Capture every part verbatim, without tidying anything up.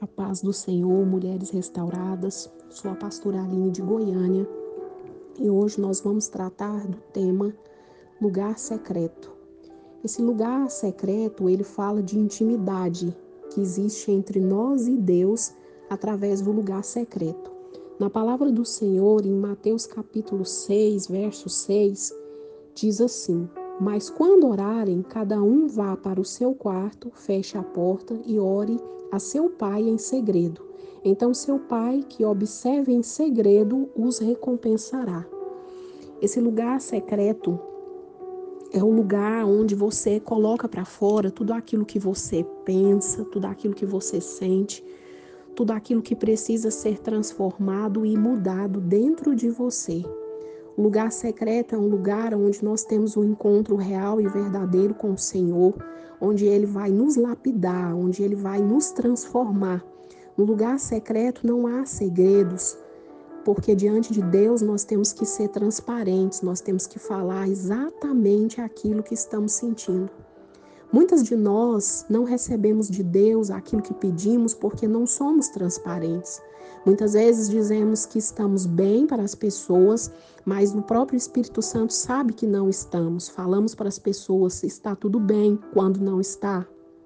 A paz do Senhor, mulheres restauradas. Sou a pastora Aline de Goiânia e hoje nós vamos tratar do tema lugar secreto. Esse lugar secreto, ele fala de intimidade que existe entre nós e Deus através do lugar secreto. Na palavra do Senhor, em Mateus capítulo seis, verso seis, diz assim: mas quando orarem, cada um vá para o seu quarto, feche a porta e ore a seu pai em segredo. Então seu pai, que observa em segredo, os recompensará. Esse lugar secreto é o lugar onde você coloca para fora tudo aquilo que você pensa, tudo aquilo que você sente, tudo aquilo que precisa ser transformado e mudado dentro de você. O lugar secreto é um lugar onde nós temos um encontro real e verdadeiro com o Senhor, onde Ele vai nos lapidar, onde Ele vai nos transformar. No lugar secreto não há segredos, porque diante de Deus nós temos que ser transparentes, nós temos que falar exatamente aquilo que estamos sentindo. Muitas de nós não recebemos de Deus aquilo que pedimos porque não somos transparentes. Muitas vezes dizemos que estamos bem para as pessoas, mas o próprio Espírito Santo sabe que não estamos. Falamos para as pessoas se está tudo bem quando não está.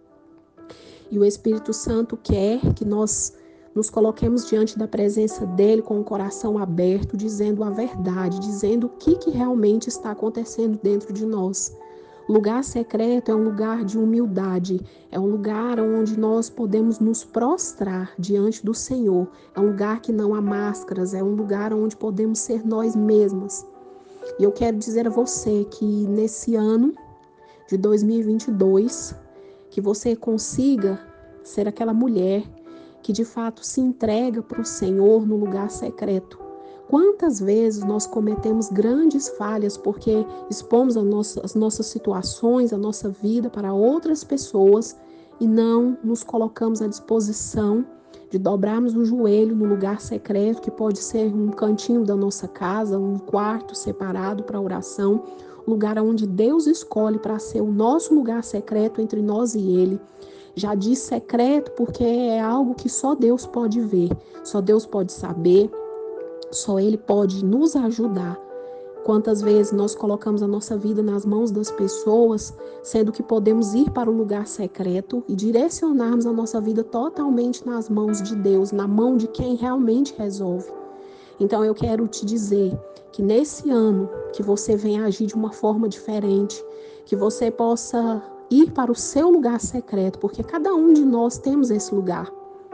E o Espírito Santo quer que nós nos coloquemos diante da presença dele com o coração aberto, dizendo a verdade, dizendo o que, que realmente está acontecendo dentro de nós. Lugar secreto é um lugar de humildade, é um lugar onde nós podemos nos prostrar diante do Senhor, é um lugar que não há máscaras, é um lugar onde podemos ser nós mesmas. E eu quero dizer a você que nesse ano de dois mil e vinte e dois, que você consiga ser aquela mulher que de fato se entrega para o Senhor no lugar secreto. Quantas vezes nós cometemos grandes falhas porque expomos as nossas situações, a nossa vida para outras pessoas e não nos colocamos à disposição de dobrarmos o joelho no lugar secreto, que pode ser um cantinho da nossa casa, um quarto separado para oração, lugar onde Deus escolhe para ser o nosso lugar secreto entre nós e Ele. Já diz secreto porque é algo que só Deus pode ver, só Deus pode saber, só Ele pode nos ajudar. Quantas vezes nós colocamos a nossa vida nas mãos das pessoas, sendo que podemos ir para o lugar secreto e direcionarmos a nossa vida totalmente nas mãos de Deus, na mão de quem realmente resolve. Então eu quero te dizer que nesse ano que você venha agir de uma forma diferente, que você possa ir para o seu lugar secreto, porque cada um de nós temos esse lugar.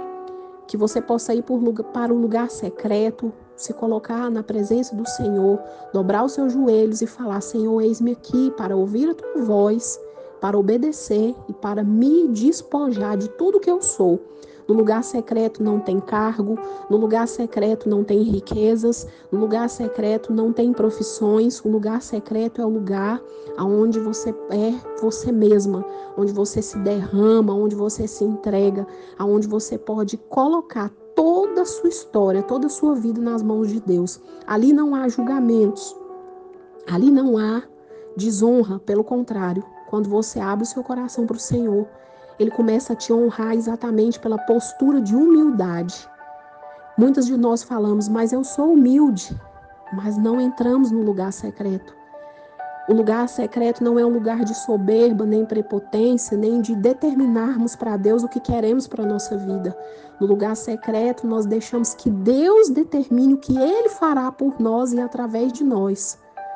Que você possa ir para o lugar secreto, se colocar na presença do Senhor, dobrar os seus joelhos e falar: Senhor, eis-me aqui para ouvir a tua voz, para obedecer e para me despojar de tudo que eu sou. No lugar secreto não tem cargo, no lugar secreto não tem riquezas, no lugar secreto não tem profissões, o lugar secreto é o lugar onde você é você mesma, onde você se derrama, onde você se entrega, onde você pode colocar toda a sua história, toda a sua vida nas mãos de Deus. Ali não há julgamentos, ali não há desonra, pelo contrário, quando você abre o seu coração para o Senhor, Ele começa a te honrar exatamente pela postura de humildade. Muitas de nós falamos, mas eu sou humilde, mas não entramos no lugar secreto. O lugar secreto não é um lugar de soberba, nem prepotência, nem de determinarmos para Deus o que queremos para a nossa vida. No lugar secreto, nós deixamos que Deus determine o que Ele fará por nós e através de nós.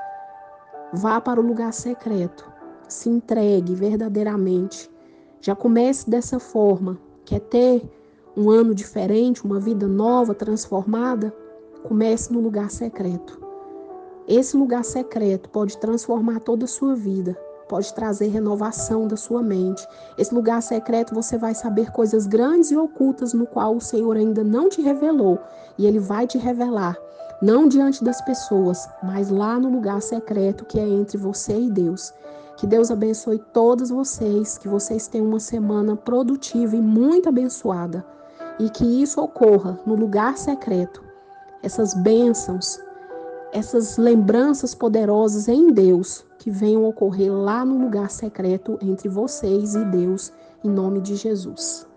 Vá para o lugar secreto, se entregue verdadeiramente. Já comece dessa forma. Quer ter um ano diferente, uma vida nova, transformada? Comece no lugar secreto. Esse lugar secreto pode transformar toda a sua vida, pode trazer renovação da sua mente. Esse lugar secreto você vai saber coisas grandes e ocultas no qual o Senhor ainda não te revelou, e Ele vai te revelar, não diante das pessoas, mas lá no lugar secreto que é entre você e Deus. Que Deus abençoe todos vocês, que vocês tenham uma semana produtiva e muito abençoada, e que isso ocorra no lugar secreto. Essas bênçãos, essas lembranças poderosas em Deus que venham ocorrer lá no lugar secreto entre vocês e Deus, em nome de Jesus.